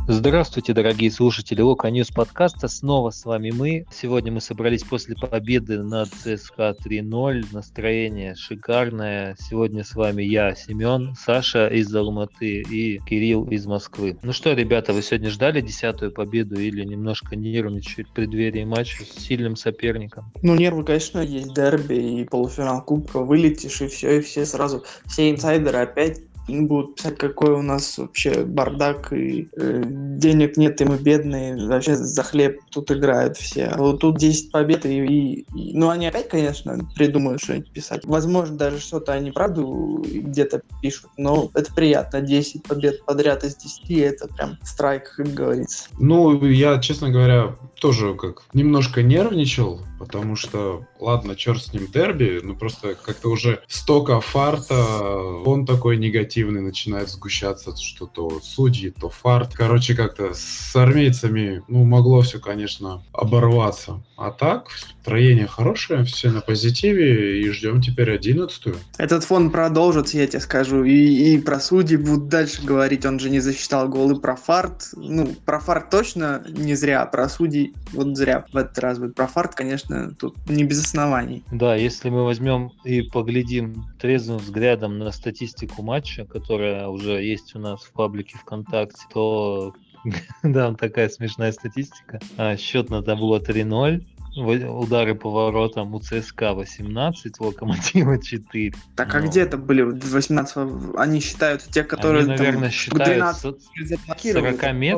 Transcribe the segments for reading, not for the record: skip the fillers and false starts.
Здравствуйте, дорогие слушатели Лока Ньюс подкаста. Снова с вами мы. Сегодня мы собрались после победы над ЦСКА 3:0. Настроение шикарное. Сегодня с вами я, Семен, Саша из Алматы и Кирилл из Москвы. Ну что, ребята, вы сегодня ждали 10-ю победу или немножко нервничали в преддверии матча с сильным соперником? Ну, нервы, конечно, есть, дерби и полуфинал Кубка, вылетишь, и все сразу, все инсайдеры опять будут писать, какой у нас вообще бардак, и денег нет, и мы бедные, вообще за хлеб тут играют все. А вот тут 10 побед, ну, они опять, конечно, придумают что-нибудь писать. Возможно, даже что-то они правду где-то пишут, но это приятно. 10 побед подряд из 10, это прям страйк, как говорится. Ну, я, честно говоря, тоже как немножко нервничал, потому что, ладно, черт с ним дерби, но просто как-то уже столько фарта, он такой негативный начинает сгущаться, что то судьи, то фарт. Короче, как-то с армейцами, могло все, конечно, оборваться. А так, настроение хорошее, все на позитиве, и ждем теперь 11-ю. Этот фон продолжится, я тебе скажу, и про судьи будут дальше говорить, он же не засчитал голы, про фарт. Ну, про фарт точно не зря, про судей вот зря в этот раз будет. Про фарт, конечно, тут не без оснований. Да, если мы возьмем и поглядим трезвым взглядом на статистику матча, которая уже есть у нас в паблике ВКонтакте, то да, такая смешная статистика. Счет на табло 3:0. Удары по воротам у ЦСКА 18, Локомотива 4. Так, а где это были 18? Они считают те, которые Они, наверное, там, считают 12 заблокировали.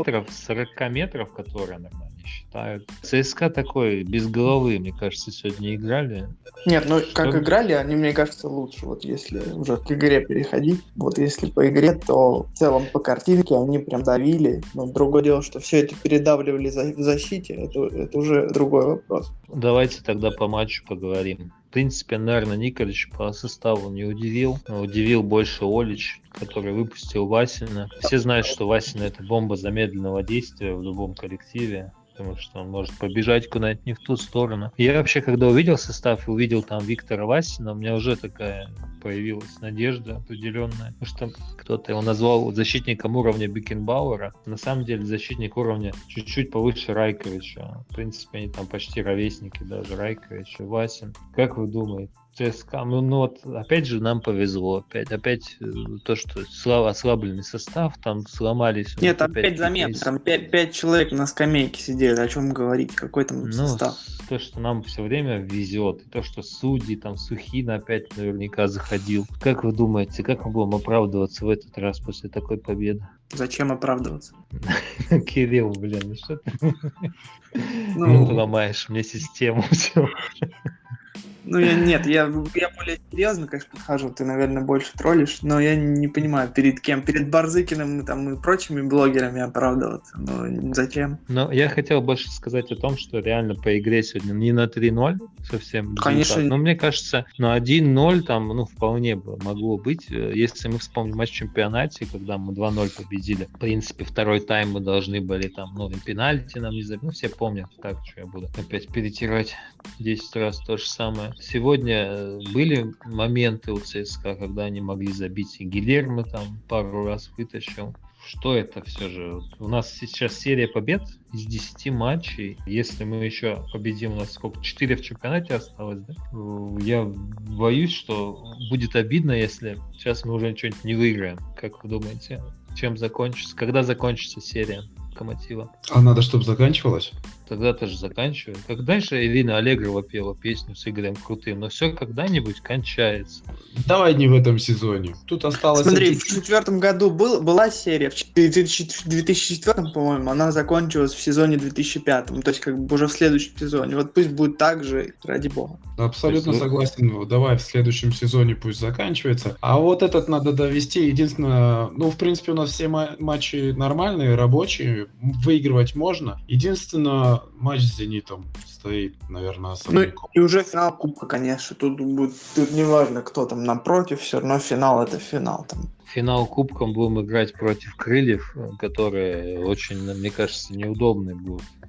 40 метров, которые, наверное, они считают. ЦСКА такой, без головы, мне кажется, сегодня играли. Нет, ну как Что? играли, они, мне кажется, лучше. Вот если уже к игре переходить, вот если по игре, то в целом по картинке они прям давили. Но другое дело, что все это передавливали в защите, это уже другой вопрос. Давайте тогда по матчу поговорим. В принципе, наверное, Николич по составу не удивил. Удивил больше Олич, который выпустил Васина. Все знают, что Васина — это бомба замедленного действия в любом коллективе, потому что он может побежать куда-нибудь не в ту сторону. Я вообще, когда увидел состав и увидел там Виктора Васина, у меня уже такая появилась надежда определенная, потому что кто-то его назвал защитником уровня Бекенбауэра. На самом деле защитник уровня чуть-чуть повыше Райковича. В принципе, они там почти ровесники даже, Райкович и Васин. Как вы думаете? ЦСКА, вот опять же нам повезло, опять то, что ослабленный состав, там сломались. Нет, там 5 замен, там 5 человек на скамейке сидели, о чем говорить, какой там состав. То, что нам все время везет, и то, что судьи, там Сухин опять наверняка заходил. Как вы думаете, как мы будем оправдываться в этот раз после такой победы? Зачем оправдываться? Кирилл, блин, что ты? Ну, ломаешь мне систему все. Ну, я более серьезно, конечно, подхожу, ты, наверное, больше троллишь, но я не понимаю, перед кем? Перед Барзыкиным и прочими блогерами оправдываться, ну, зачем? Но я хотел больше сказать о том, что реально по игре сегодня не на 3:0 совсем. Конечно. Но мне кажется, на 1:0 там, вполне бы могло быть. Если мы вспомним матч в чемпионате, когда мы 2:0 победили, в принципе, второй тайм мы должны были там, и пенальти нам не забили. Все помнят, так что я буду опять перетирать 10 раз то же самое. Сегодня были моменты у ЦСКА, когда они могли забить, и Гильермо там пару раз вытащил. Что это все же? У нас сейчас серия побед из 10 матчей. Если мы еще победим, у нас сколько? 4 в чемпионате осталось, да? Я боюсь, что будет обидно, если сейчас мы уже что-нибудь не выиграем. Как вы думаете, чем закончится? Когда закончится серия Локомотива? А надо, чтобы заканчивалось? Тогда-то же заканчиваем. Когда же Ирина Аллегрова пела песню с Игорем Крутым? Но все когда-нибудь кончается. Давай не в этом сезоне. Тут осталось... Смотри, в 2004 году была серия, в 2004, по-моему, она закончилась в сезоне 2005, то есть как бы уже в следующем сезоне. Вот пусть будет так же, ради бога. Абсолютно согласен. Давай в следующем сезоне пусть заканчивается. А вот этот надо довести. Единственное, в принципе, у нас все матчи нормальные, рабочие. Выигрывать можно. Единственное, матч с «Зенитом» стоит, наверное, особняком. И уже финал Кубка, конечно. Тут не важно, кто там напротив, все равно финал — это финал. Там. Финал Кубком будем играть против Крыльев, которые очень, мне кажется, неудобные будут.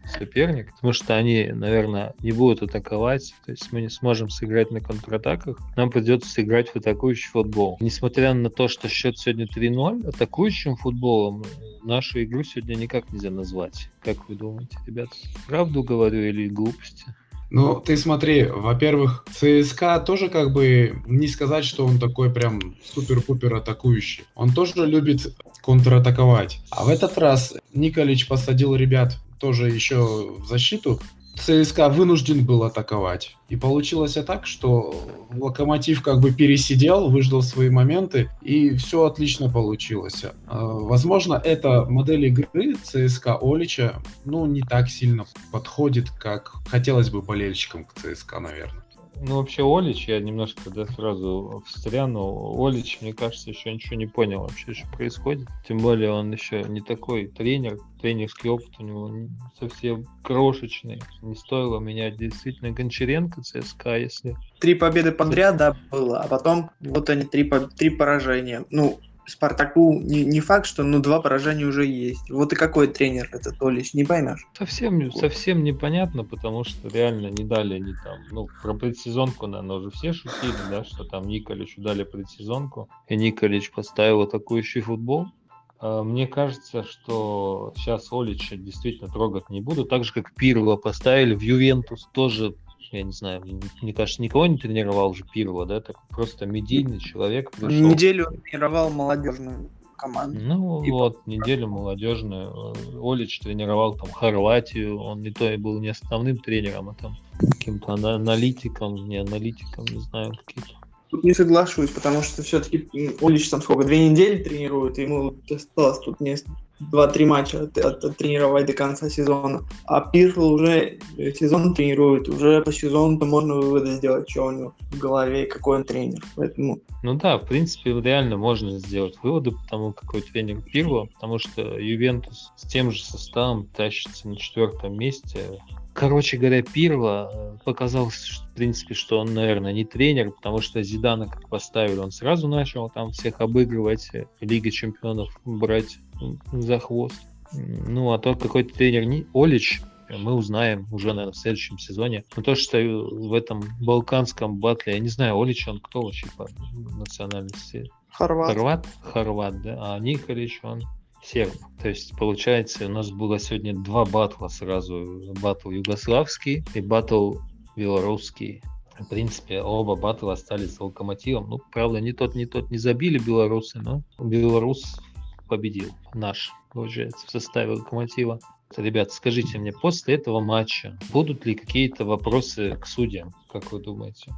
соперник, потому что они, наверное, не будут атаковать, то есть мы не сможем сыграть на контратаках, нам придется сыграть в атакующий футбол. Несмотря на то, что счет сегодня 3-0, атакующим футболом нашу игру сегодня никак нельзя назвать. Как вы думаете, ребят? Правду говорю или глупости? Ну, ты смотри, во-первых, ЦСКА тоже как бы не сказать, что он такой прям супер-пупер атакующий. Он тоже любит контратаковать. А в этот раз Николич посадил ребят тоже еще в защиту. ЦСКА вынужден был атаковать. И получилось так, что Локомотив как бы пересидел, выждал свои моменты, и все отлично получилось. Возможно, эта модель игры ЦСКА Олича, не так сильно подходит, как хотелось бы болельщикам к ЦСКА, наверное. Ну, вообще, Олич, я немножко сразу встряну. Олич, мне кажется, еще ничего не понял вообще, что происходит. Тем более, он еще не такой тренер. Тренерский опыт у него совсем крошечный. Не стоило менять действительно Гончаренко ЦСКА, если... 3 победы подряд, да, было, а потом вот они 3 поражения. Спартаку не факт, что 2 поражения уже есть. Вот и какой тренер этот Олич, не поймешь. Совсем непонятно, потому что реально не дали они там, про предсезонку, наверное, уже все шутили, да, что там Николичу дали предсезонку, и Николич поставил атакующий футбол. Мне кажется, что сейчас Олича действительно трогать не буду, так же, как Пирло поставили в Ювентус, тоже, я не знаю, мне кажется, никого не тренировал же Пирло, да, так просто медийный человек пришел. Неделю тренировал молодежную команду. Неделю молодежную. Олич тренировал там Хорватию, он и то и был не основным тренером, а там каким-то аналитиком, не знаю, какие-то. Тут не соглашусь, потому что все-таки Олич там 2 недели тренирует, ему осталось тут 2-3 матча оттренировать до конца сезона. А Пирло уже сезон тренирует, уже по сезону-то можно выводы сделать, что у него в голове, какой он тренер. Поэтому... В принципе, реально можно сделать выводы по тому, какой тренер Пирло, потому что Ювентус с тем же составом тащится на 4-м месте. Короче говоря, Пирло показал, в принципе, что он, наверное, не тренер, потому что Зидана как поставили, он сразу начал там всех обыгрывать, Лига Чемпионов брать за хвост. А тот какой-то тренер Олич, мы узнаем уже, наверное, в следующем сезоне. Но то, что в этом балканском батле, я не знаю, Олич, он кто вообще по национальности? Хорват, да, а Николич, он серб. То есть, получается, у нас было сегодня 2 батла сразу. Батл югославский и батл белорусский. В принципе, оба батла остались за Локомотивом. Правда, ни тот не забили белорусы, но белорус победил. Наш, получается, в составе Локомотива. Ребят, скажите мне, после этого матча будут ли какие-то вопросы к судьям, как вы думаете?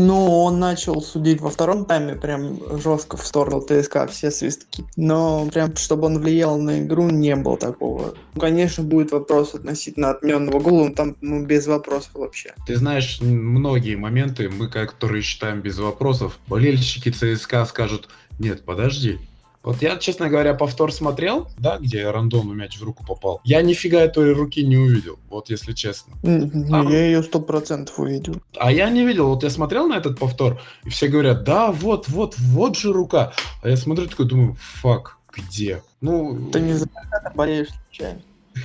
Он начал судить во 2-м тайме, прям жестко в сторону ТСКА, все свистки. Но прям, чтобы он влиял на игру, не было такого. Конечно, будет вопрос относительно отмененного гола, там без вопросов вообще. Ты знаешь, многие моменты, мы, которые считаем без вопросов, болельщики ЦСКА скажут: нет, подожди. Вот я, честно говоря, повтор смотрел, да, где Рандону мяч в руку попал. Я нифига этой руки не увидел, вот если честно. Я ее 100% увидел. А я не видел, вот я смотрел на этот повтор, и все говорят: да, вот же рука. А я смотрю, такой думаю: фак, где? Ты не за это болеешь случайно?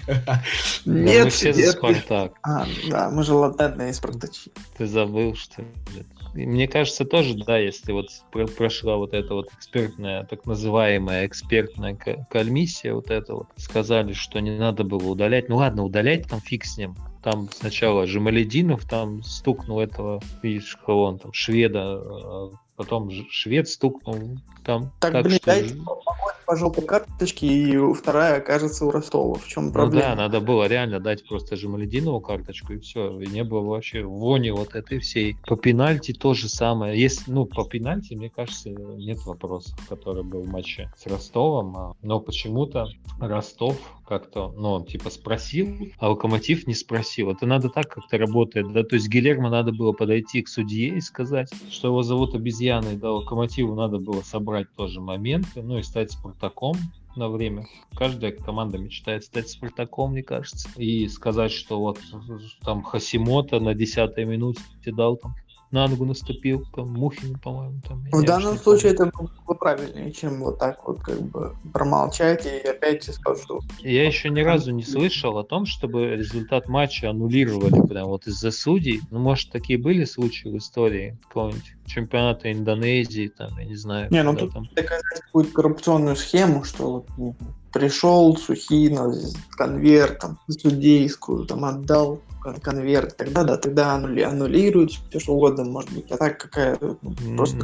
Нет, мы все за Спартак. Да, мы же ладные спартачи. Ты забыл, что ли? Мне кажется, тоже, да, если вот прошла вот эта вот экспертная, так называемая экспертная комиссия, вот это вот, сказали, что не надо было удалять. Ладно, удалять там фиг с ним. Там сначала Жамалединов там стукнул этого, видишь, кого он там, шведа, потом швед стукнул там. Дайте по желтой карточке, и 2-я окажется у Ростова. В чем проблема? Надо было реально дать просто Жамалединову карточку, и все. И не было вообще вони вот этой всей. По пенальти то же самое. Есть, по пенальти, мне кажется, нет вопросов, который был в матче с Ростовом. Но почему-то Ростов как-то, спросил, а Локомотив не спросил. Это надо так как-то работает, да? То есть Гильермо надо было подойти к судье и сказать, что его зовут обезьяной, да, Локомотиву надо было собрать тоже моменты, и стать Спартаком на время. Каждая команда мечтает стать Спартаком, мне кажется. И сказать, что вот там Хасимота на 10-й минуте дал там на ногу наступил, Мухин, по-моему, там. В данном случае это было правильнее, чем вот так вот как бы промолчать и опять скажу. Я еще ни разу не слышал о том, чтобы результат матча аннулировали прям вот из-за судей. Ну, может, такие были случаи в истории какого-нибудь чемпионата Индонезии, там, я не знаю. Не, ну тут там. доказать какую-то коррупционную схему, что вот пришел Сухинов конвертом судейскую, там отдал конверт, тогда аннулируют все что угодно, может быть. А так какая-то просто...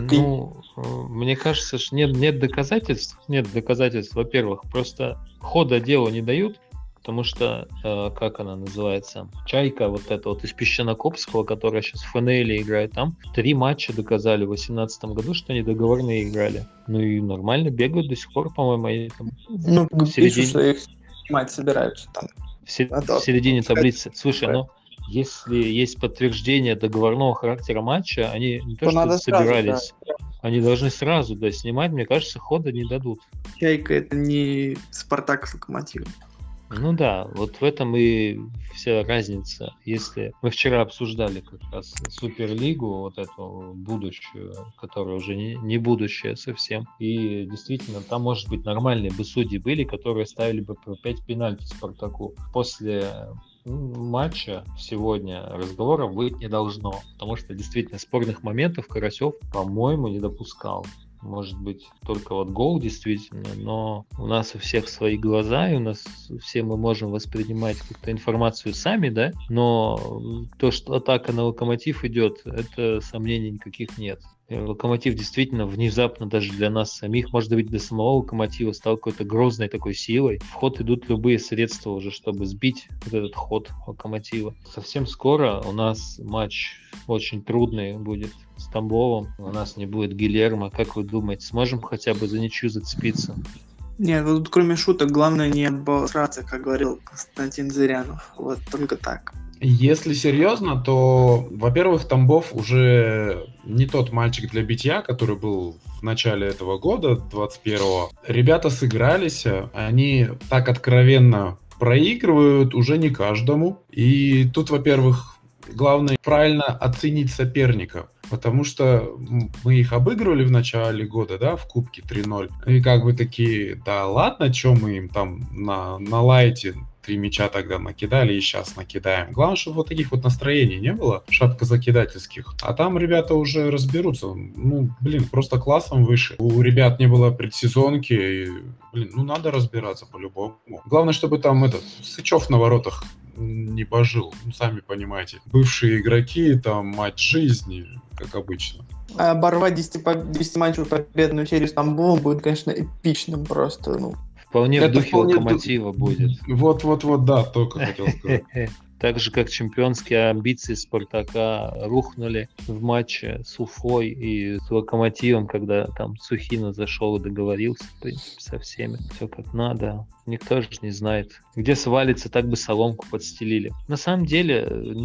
Мне кажется, что нет доказательств. Нет доказательств, во-первых, просто хода делу не дают, потому что, как она называется, Чайка, вот эта вот из Песчанокопского, которая сейчас в ФНЛ играет, там 3 матча доказали в 2018 году, что они договорные играли. Ну и нормально бегают до сих пор, по-моему, они там в середине... что их снимать собираются там. В середине таблицы. Слушай, если есть подтверждение договорного характера матча, они не то что собирались, они должны сразу снимать, мне кажется, хода не дадут. Чайка — это не Спартак с Локомотивом. Ну да, вот в этом и вся разница. Если мы вчера обсуждали как раз Суперлигу, вот эту будущую, которая уже не будущее совсем, и действительно там, может быть, нормальные бы судьи были, которые ставили бы по 5 пенальти Спартаку. После матча сегодня разговоров быть не должно, потому что действительно спорных моментов Карасев, по-моему, не допускал. Может быть, только вот гол действительно, но у нас у всех свои глаза, и у нас все мы можем воспринимать как-то информацию сами, да, но то, что атака на Локомотив идет, это сомнений никаких нет. Локомотив действительно внезапно даже для нас самих, может быть, для самого Локомотива стал какой-то грозной такой силой. В ход идут любые средства уже, чтобы сбить вот этот ход Локомотива. Совсем скоро у нас матч очень трудный будет с Тамбовом. У нас не будет Гильермо. Как вы думаете, сможем хотя бы за ничью зацепиться? Нет, тут кроме шуток, главное не обосраться, как говорил Константин Зырянов. Вот только так. Если серьезно, то, во-первых, Тамбов уже не тот мальчик для битья, который был в начале этого года, 21-го. Ребята сыгрались, они так откровенно проигрывают уже не каждому. И тут, во-первых, главное правильно оценить соперника. Потому что мы их обыгрывали в начале года, да, в Кубке 3-0. И как бы такие, да ладно, что мы им там на лайте 3 мяча тогда накидали и сейчас накидаем. Главное, чтобы вот таких вот настроений не было, шапкозакидательских. А там ребята уже разберутся. Просто классом выше. У ребят не было предсезонки. И, надо разбираться по-любому. Главное, чтобы там Сычев на воротах не божил. Сами понимаете. Бывшие игроки, там, мать жизни, как обычно. А оборвать 10-матчевую победную серию с Тамбовом будет, конечно, эпичным просто, Вполне в духе Локомотива будет. Вот, да, только хотел сказать. Так же, как чемпионские амбиции Спартака рухнули в матче с Уфой и с Локомотивом, когда там Сухинов зашел и договорился, в принципе, со всеми. Все как надо. Никто же не знает, где свалится, так бы соломку подстелили. На самом деле,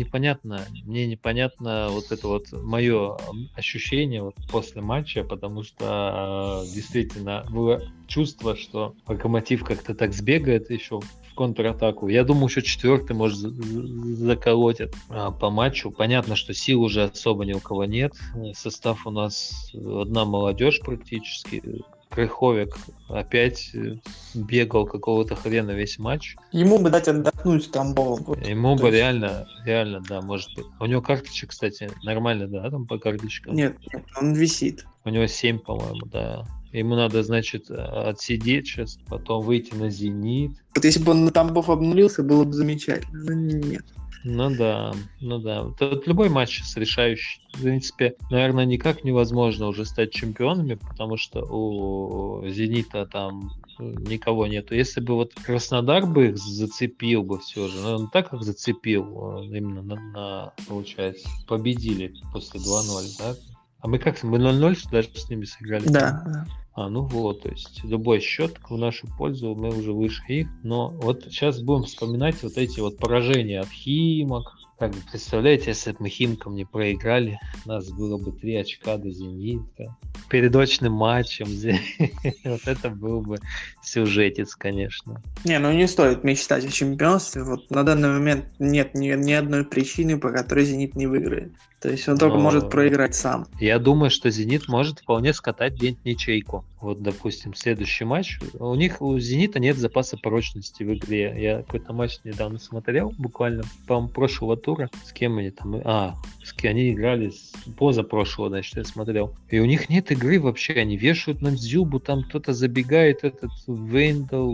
мне непонятно вот это вот мое ощущение вот после матча, потому что действительно было чувство, что Локомотив как-то так сбегает еще в контратаку. Я думаю, еще 4-й, может, заколотят по матчу. Понятно, что сил уже особо ни у кого нет. Состав у нас одна молодежь практически. Крыховик опять бегал какого-то хрена весь матч. Ему бы дать отдохнуть Тамбову. Ему бы реально, да, может быть. У него карточек, кстати, нормально, да, там по карточкам? Нет, он висит. У него 7, по-моему, да. Ему надо, значит, отсидеть сейчас, потом выйти на «Зенит». Вот если бы он на Тамбов обнулился, было бы замечательно. Но нет. Ну да. Тут любой матч сейчас решающий. В принципе, наверное, никак невозможно уже стать чемпионами, потому что у «Зенита» там никого нету. Если бы вот Краснодар бы их зацепил бы все же, он так как зацепил, именно получается, победили после 2-0, да? А мы 0-0 даже с ними сыграли? Да. То есть любой счет в нашу пользу, мы уже выше их. Но вот сейчас будем вспоминать вот эти вот поражения от Химок. Как бы представляете, если бы мы Химкам не проиграли, у нас было бы 3 очка до Зенита. Перед очным матчем. Вот это был бы сюжетец, конечно. Не стоит мечтать о чемпионстве. Вот на данный момент нет ни одной причины, по которой Зенит не выиграет. То есть он только Но может проиграть сам. я думаю, что «Зенит» может вполне скатать где-нибудь ничейку. Вот, допустим, следующий матч. У «Зенита» нет запаса прочности в игре. Я какой-то матч недавно смотрел, буквально, по-моему, прошлого тура. С кем они там? Они играли позапрошлого, значит, я смотрел. И у них нет игры вообще. Они вешают на Дзюбу, там кто-то забегает, этот Вейндл.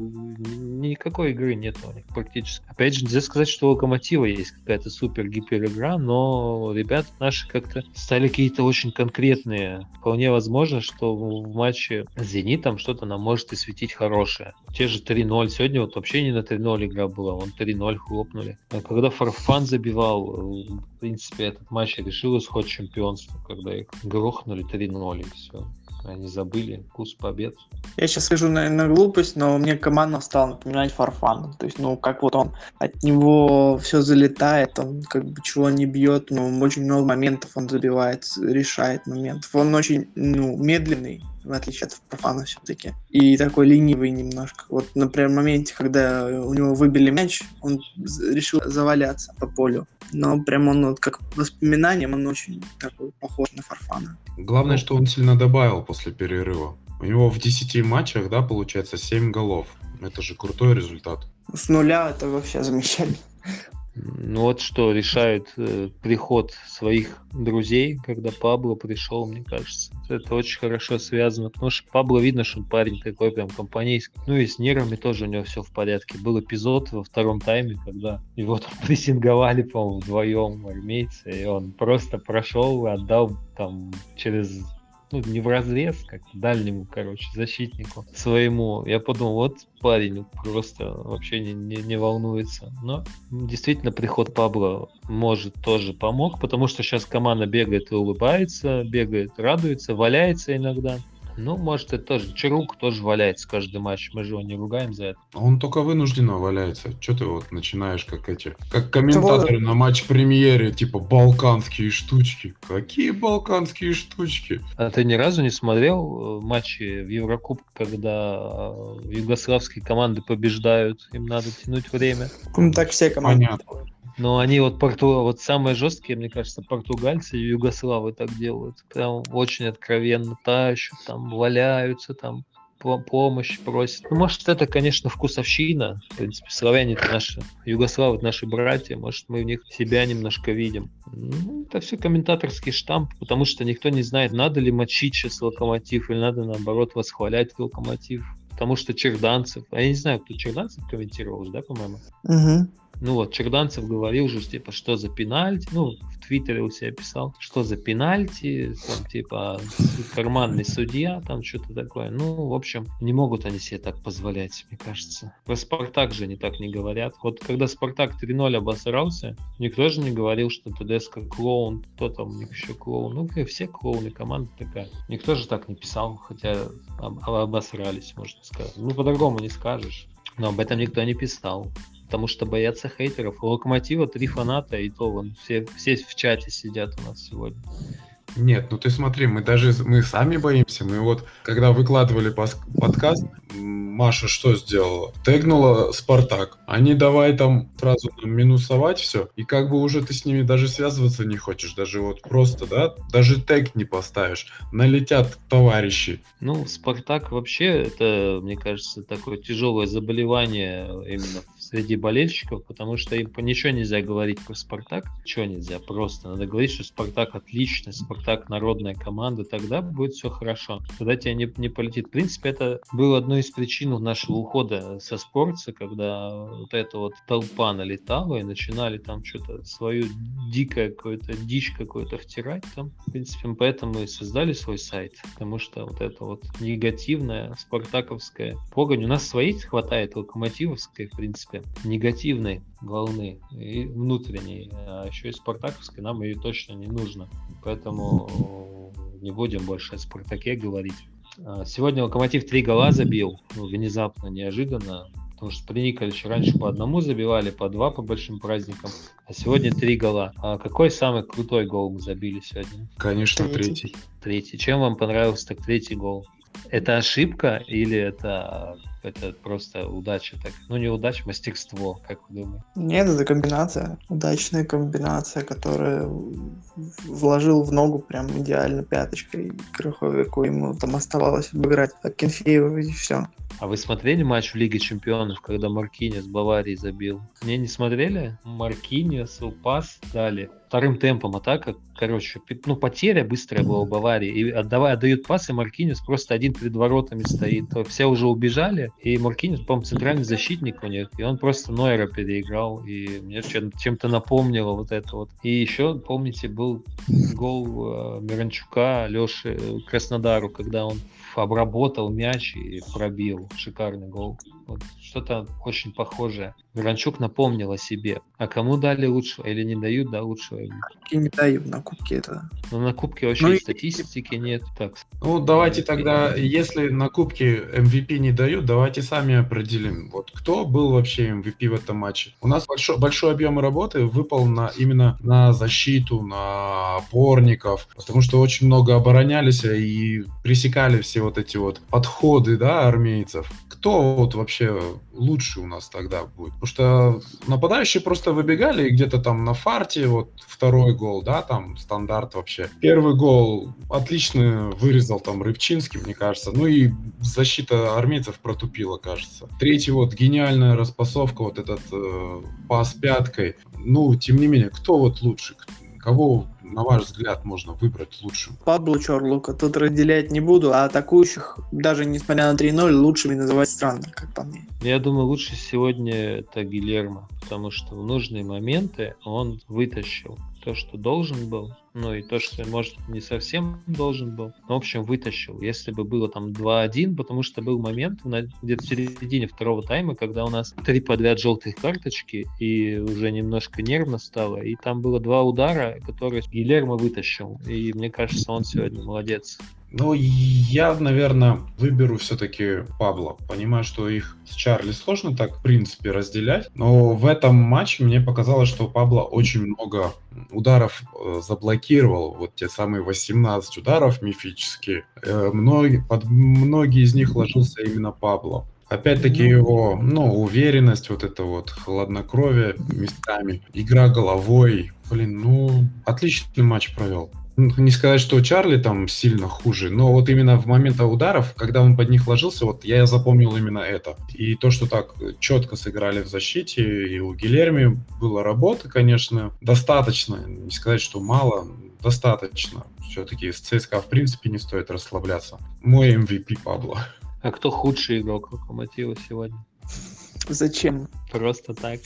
Никакой игры нет у них практически. Опять же, нельзя сказать, что у «Локомотива» есть какая-то супер-гипер игра, но ребята наши как-то стали какие-то очень конкретные. Вполне возможно, что в матче с «Зенитом» что-то нам может и светить хорошее. Те же 3-0. Сегодня вот вообще не на 3-0 игра была, вон 3-0 хлопнули. А когда Фарфан забивал, в принципе, этот матч решил исход чемпионства, когда их грохнули 3-0 и все. Они забыли вкус побед. Я сейчас скажу, наверное, глупость, но мне команда стала напоминать Фарфана. То есть, как вот он, от него все залетает, он как бы чего не бьет, но очень много моментов он забивает, решает моментов. Он очень, медленный, в отличие от Фарфана все-таки. И такой ленивый немножко. Вот, например, в моменте, когда у него выбили мяч, он решил заваляться по полю. Но прям он вот как воспоминанием, он очень такой похож на Фарфана. Главное, что он сильно добавил после перерыва. У него в 10 матчах, получается 7 голов. Это же крутой результат. С нуля это вообще замечательно. Вот что решает приход своих друзей, когда Пабло пришел, мне кажется. Это очень хорошо связано, потому что Пабло видно, что он парень такой прям компанейский. И с нервами тоже у него все в порядке. Был эпизод во втором тайме, когда его там прессинговали, по-моему, вдвоем армейцы, и он просто прошел и отдал там через... не в разрез, как дальнему, защитнику своему. Я подумал, вот парень просто вообще не волнуется. Но действительно приход Пабло может тоже помог, потому что сейчас команда бегает и улыбается, бегает, радуется, валяется иногда. Может, это тоже. Чарук тоже валяется каждый матч. Мы же его не ругаем за это. Он только вынужденно валяется. Че ты начинаешь как комментаторы на матч-премьере, типа балканские штучки. Какие балканские штучки? А ты ни разу не смотрел матчи в Еврокубке, когда югославские команды побеждают, им надо тянуть время? Так все команды. Понятно. Но они самые жесткие, мне кажется, португальцы и югославы так делают. Прям очень откровенно тащат, там валяются, там помощь просят. Может, это, конечно, вкусовщина. В принципе, славяне-то наши, югославы наши братья, может, мы в них себя немножко видим. Это все комментаторский штамп, потому что никто не знает, надо ли мочить сейчас Локомотив или надо, наоборот, восхвалять Локомотив. Потому что Черданцев, я не знал, кто Черданцев комментировал, да, по-моему? Угу. Черданцев говорил же, что за пенальти, в Твиттере у себя писал, что за пенальти, карманный судья, там что-то такое. В общем, не могут они себе так позволять, мне кажется. Про «Спартак» же они так не говорят. Вот когда «Спартак» 3-0 обосрался, никто же не говорил, что ТДСК клоун, кто там у них еще клоун. Все клоуны, команда такая. Никто же так не писал, хотя обосрались, можно сказать. По-другому не скажешь. Но об этом никто не писал. Потому что боятся хейтеров. У «Локомотива» 3 фаната, и то все в чате сидят у нас сегодня. Нет, ты смотри, мы сами боимся. Мы когда выкладывали подкаст, Маша что сделала? Тегнула «Спартак». Они давай там сразу минусовать все, и уже ты с ними даже связываться не хочешь. Даже просто, да? Даже тег не поставишь. Налетят товарищи. «Спартак» вообще, это, мне кажется, такое тяжелое заболевание именно среди болельщиков, потому что им ничего нельзя говорить про «Спартак». Ничего нельзя, просто надо говорить, что «Спартак» отличный, «Спартак» народная команда, тогда будет все хорошо. Тогда тебя не полетит. В принципе, это было одной из причин нашего ухода со «Спортса», когда эта толпа налетала и начинали там что-то свою дичь какую-то втирать там. В принципе, мы поэтому и создали свой сайт, потому что это негативная спартаковская погонь. У нас своей хватает, локомотивовской, в принципе, негативной волны и внутренней, а еще и спартаковской нам ее точно не нужно. Поэтому не будем больше о «Спартаке» говорить. Сегодня «Локомотив» 3 гола забил, внезапно, неожиданно, потому что при Николиче раньше по одному забивали, по 2 по большим праздникам, а сегодня 3 гола. А какой самый крутой гол мы забили сегодня? Конечно, третий. Третий. Чем вам понравился так третий гол? Это ошибка или это просто удача? Так? Ну, не удача, мастерство, как вы думаете? Нет, это комбинация. Удачная комбинация, которая вложил в ногу прям идеально пяточкой Крыховику. Ему там оставалось обыграть Акинфеева и все. А вы смотрели матч в Лиге Чемпионов, когда Маркиньос Баварии забил? Не смотрели? Маркиньосу пас дали. Вторым темпом атака, короче, потеря быстрая была у Баварии. И отдают пас, и Маркиньос просто один перед воротами стоит. Все уже убежали, и Маркиньос, по-моему, центральный защитник у них, и он просто Нойера переиграл, и мне чем-то напомнило вот это вот. И еще, помните, был гол Миранчука Леши Краснодару, когда он обработал мяч и пробил. Шикарный гол. Вот что-то очень похожее. Миранчук напомнил о себе. А кому дали лучшего или не дают, да, лучшего? Кубки не дают, на кубке это. Но на кубке вообще статистики нет. Так. Ну, давайте тогда, если на кубке MVP не дают, давайте сами определим, вот кто был вообще MVP в этом матче. У нас большой объем работы выпал именно на защиту, на опорников, потому что очень много оборонялись и пресекали все вот эти вот подходы, да, армейцев. Кто вот вообще лучше у нас тогда будет? Потому что нападающие просто выбегали и где-то там на фарте, вот второй гол, да, там стандарт вообще. Первый гол отлично вырезал там Рыбчинский, мне кажется. Ну и защита армейцев протупила, кажется. Третий вот гениальная распасовка, вот этот пас пяткой. Ну, тем не менее, кто вот лучше? Кого, на ваш взгляд, можно выбрать лучшим? Пабло Чорлука тут разделять не буду, а атакующих, даже несмотря на 3-0, лучшими называть странно, как по мне. Я думаю, лучше сегодня это Гильермо, потому что в нужные моменты он вытащил то, что должен был, ну и то, что, может, не совсем должен был, но, в общем, вытащил. Если бы было там 2-1, потому что был момент где-то в середине второго тайма, когда у нас 3 подряд желтых карточки, и уже немножко нервно стало, и там было 2 удара, которые Гильермо вытащил, и мне кажется, он сегодня молодец. Ну, я, наверное, выберу все-таки Пабло. Понимаю, что их с Чарли сложно так, в принципе, разделять. Но в этом матче мне показалось, что Пабло очень много ударов заблокировал. Вот те самые 18 ударов мифические. Многие из них ложился именно Пабло. Опять-таки его, уверенность, вот это вот хладнокровие местами, игра головой. Отличный матч провел. Не сказать, что Чарли там сильно хуже, но вот именно в момент ударов, когда он под них ложился, вот я запомнил именно это. И то, что так четко сыграли в защите, и у Гильерми было работы, конечно, достаточно. Не сказать, что мало, достаточно. Все-таки с ЦСКА в принципе не стоит расслабляться. Мой MVP Пабло. А кто худший игрок Локомотива сегодня? Зачем? Просто так.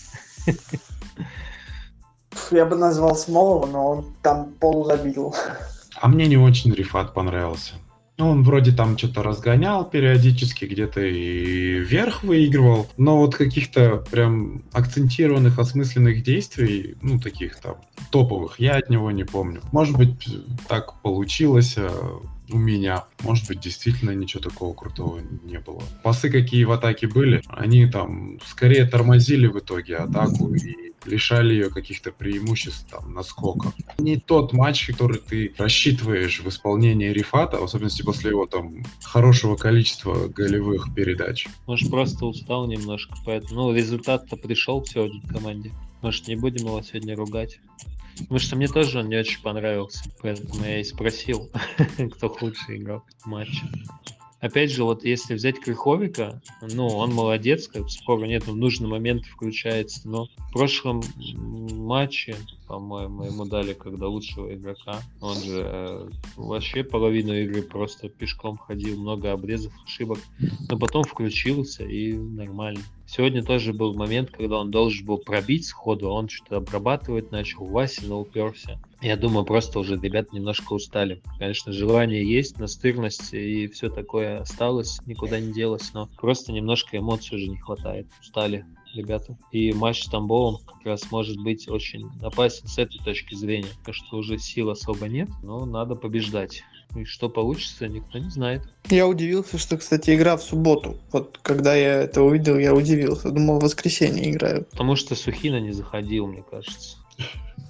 Я бы назвал Смолова, но он там полузабил. А мне не очень Рифат понравился. Он вроде там что-то разгонял периодически, где-то и вверх выигрывал, но вот каких-то прям акцентированных, осмысленных действий, таких там топовых, я от него не помню. Может быть, так получилось у меня. Может быть, действительно ничего такого крутого не было. Пасы какие в атаке были, они там скорее тормозили в итоге атаку и лишали ее каких-то преимуществ там, наскоков. Не тот матч, который ты рассчитываешь в исполнении Рифата, в особенности после его там хорошего количества голевых передач. Может, просто устал немножко, поэтому результат-то пришел сегодня в команде. Может, не будем его сегодня ругать. Потому что мне тоже он не очень понравился, поэтому я и спросил, кто худший игрок в матче. Опять же, вот если взять Крыховика, он молодец, спора нет, в нужный момент включается, но в прошлом матче, по-моему, ему дали когда лучшего игрока, он же вообще половину игры просто пешком ходил, много обрезов, ошибок, но потом включился и нормально. Сегодня тоже был момент, когда он должен был пробить сходу, он что-то обрабатывать начал, Васина уперся. Я думаю, просто уже ребята немножко устали. Конечно, желание есть, настырность и все такое осталось, никуда не делось, но просто немножко эмоций уже не хватает. Устали ребята. И матч с Тамбовом как раз может быть очень опасен с этой точки зрения, потому что уже сил особо нет, но надо побеждать. И что получится, никто не знает. Я удивился, что, кстати, игра в субботу. Вот когда я это увидел, я удивился. Думал, в воскресенье играют. Потому что Сухина не заходил, мне кажется.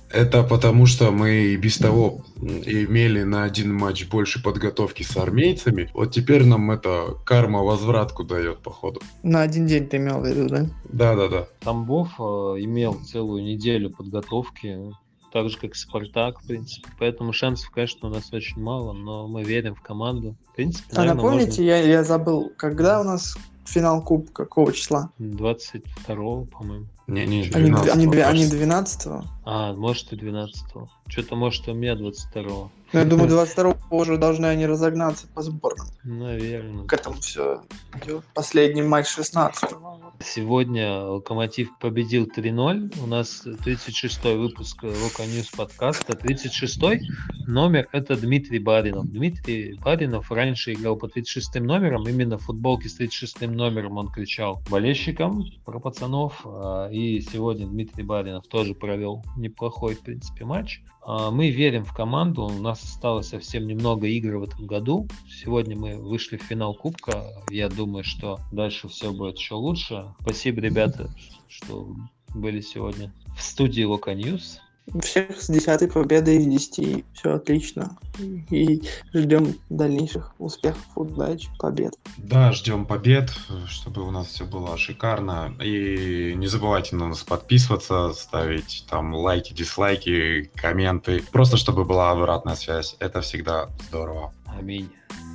Это потому, что мы и без того имели на один матч больше подготовки с армейцами. Вот теперь нам это карма возвратку дает, походу. На один день ты имел в виду, да? Да-да-да. Тамбов имел целую неделю подготовки, так же, как и Спартак, в принципе. Поэтому шансов, конечно, у нас очень мало, но мы верим в команду. В принципе, А наверное, напомните, я забыл, когда у нас финал Кубка, какого числа? 22-го, по-моему. Не, Они 12-го, кажется. 12-го? А, может и 12-го. Что-то, может, у меня 22-го. Ну, я думаю, 22-го уже должны они разогнаться по сборным. Наверное. К этому все идет. Последний матч 16-го. Сегодня Локомотив победил 3-0. У нас 36-й выпуск Лока Ньюс подкаста. 36-й номер — это Дмитрий Баринов. Дмитрий Баринов раньше играл по 36-м номерам. Именно в футболке с 36-м номером он кричал болельщикам про пацанов. И сегодня Дмитрий Баринов тоже провел неплохой, в принципе, матч. Мы верим в команду. У нас осталось совсем немного игр в этом году. Сегодня мы вышли в финал Кубка. Я думаю, что дальше все будет еще лучше. Спасибо, ребята, что были сегодня в студии Лока Ньюс. Всех с 10-й победой из 10. Все отлично. И ждем дальнейших успехов, удач, побед. Да, ждем побед, чтобы у нас все было шикарно. И не забывайте на нас подписываться, ставить там лайки, дизлайки, комменты. Просто чтобы была обратная связь. Это всегда здорово. Аминь.